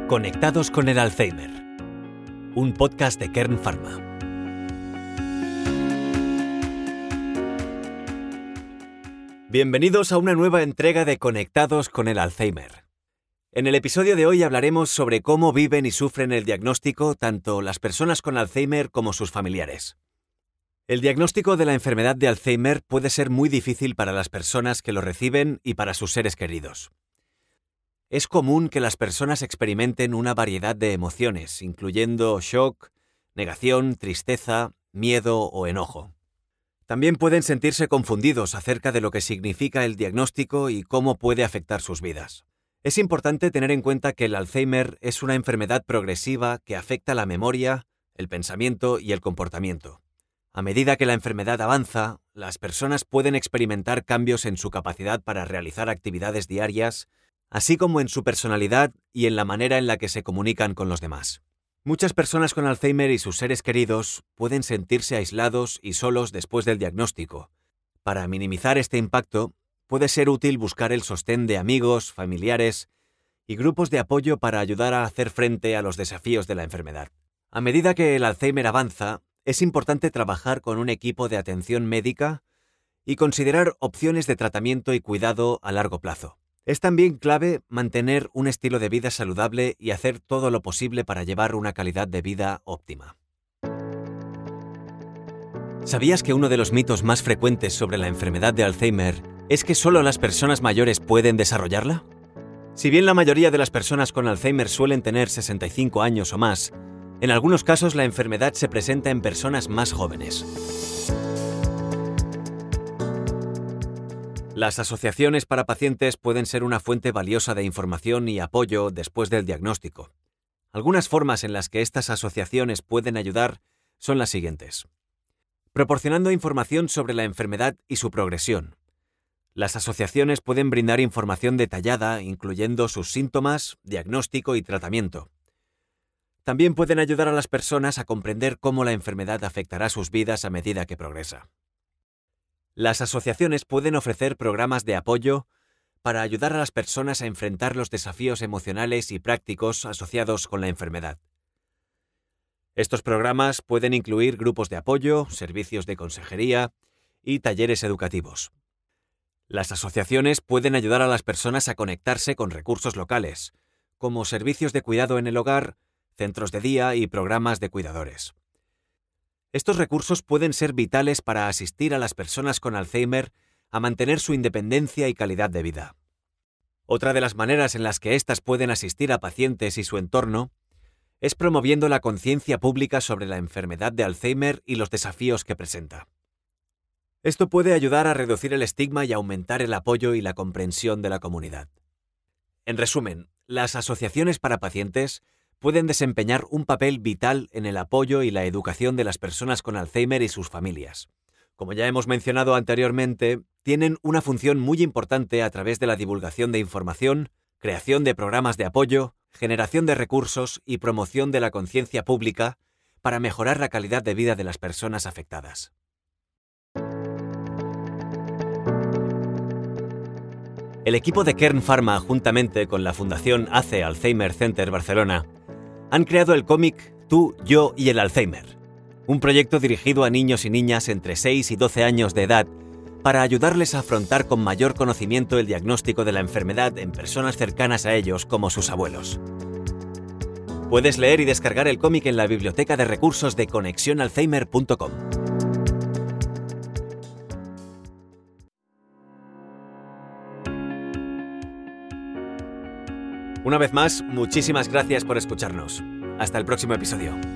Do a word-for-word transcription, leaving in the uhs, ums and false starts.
Conectados con el Alzheimer, un podcast de Kern Pharma. Bienvenidos a una nueva entrega de Conectados con el Alzheimer. En el episodio de hoy hablaremos sobre cómo viven y sufren el diagnóstico tanto las personas con Alzheimer como sus familiares. El diagnóstico de la enfermedad de Alzheimer puede ser muy difícil para las personas que lo reciben y para sus seres queridos. Es común que las personas experimenten una variedad de emociones, incluyendo shock, negación, tristeza, miedo o enojo. También pueden sentirse confundidos acerca de lo que significa el diagnóstico y cómo puede afectar sus vidas. Es importante tener en cuenta que el Alzheimer es una enfermedad progresiva que afecta la memoria, el pensamiento y el comportamiento. A medida que la enfermedad avanza, las personas pueden experimentar cambios en su capacidad para realizar actividades diarias, así como en su personalidad y en la manera en la que se comunican con los demás. Muchas personas con Alzheimer y sus seres queridos pueden sentirse aislados y solos después del diagnóstico. Para minimizar este impacto, puede ser útil buscar el sostén de amigos, familiares y grupos de apoyo para ayudar a hacer frente a los desafíos de la enfermedad. A medida que el Alzheimer avanza, es importante trabajar con un equipo de atención médica y considerar opciones de tratamiento y cuidado a largo plazo. Es también clave mantener un estilo de vida saludable y hacer todo lo posible para llevar una calidad de vida óptima. ¿Sabías que uno de los mitos más frecuentes sobre la enfermedad de Alzheimer es que solo las personas mayores pueden desarrollarla? Si bien la mayoría de las personas con Alzheimer suelen tener sesenta y cinco años o más, en algunos casos la enfermedad se presenta en personas más jóvenes. Las asociaciones para pacientes pueden ser una fuente valiosa de información y apoyo después del diagnóstico. Algunas formas en las que estas asociaciones pueden ayudar son las siguientes. Proporcionando información sobre la enfermedad y su progresión. Las asociaciones pueden brindar información detallada, incluyendo sus síntomas, diagnóstico y tratamiento. También pueden ayudar a las personas a comprender cómo la enfermedad afectará sus vidas a medida que progresa. Las asociaciones pueden ofrecer programas de apoyo para ayudar a las personas a enfrentar los desafíos emocionales y prácticos asociados con la enfermedad. Estos programas pueden incluir grupos de apoyo, servicios de consejería y talleres educativos. Las asociaciones pueden ayudar a las personas a conectarse con recursos locales, como servicios de cuidado en el hogar, centros de día y programas de cuidadores. Estos recursos pueden ser vitales para asistir a las personas con Alzheimer a mantener su independencia y calidad de vida. Otra de las maneras en las que éstas pueden asistir a pacientes y su entorno es promoviendo la conciencia pública sobre la enfermedad de Alzheimer y los desafíos que presenta. Esto puede ayudar a reducir el estigma y aumentar el apoyo y la comprensión de la comunidad. En resumen, las asociaciones para pacientes pueden desempeñar un papel vital en el apoyo y la educación de las personas con Alzheimer y sus familias. Como ya hemos mencionado anteriormente, tienen una función muy importante a través de la divulgación de información, creación de programas de apoyo, generación de recursos y promoción de la conciencia pública para mejorar la calidad de vida de las personas afectadas. El equipo de Kern Pharma, juntamente con la Fundación A C E Alzheimer Center Barcelona, han creado el cómic Tú, yo y el Alzheimer, un proyecto dirigido a niños y niñas entre seis y doce años de edad para ayudarles a afrontar con mayor conocimiento el diagnóstico de la enfermedad en personas cercanas a ellos como sus abuelos. Puedes leer y descargar el cómic en la biblioteca de recursos de conexión alzheimer punto com. Una vez más, muchísimas gracias por escucharnos. Hasta el próximo episodio.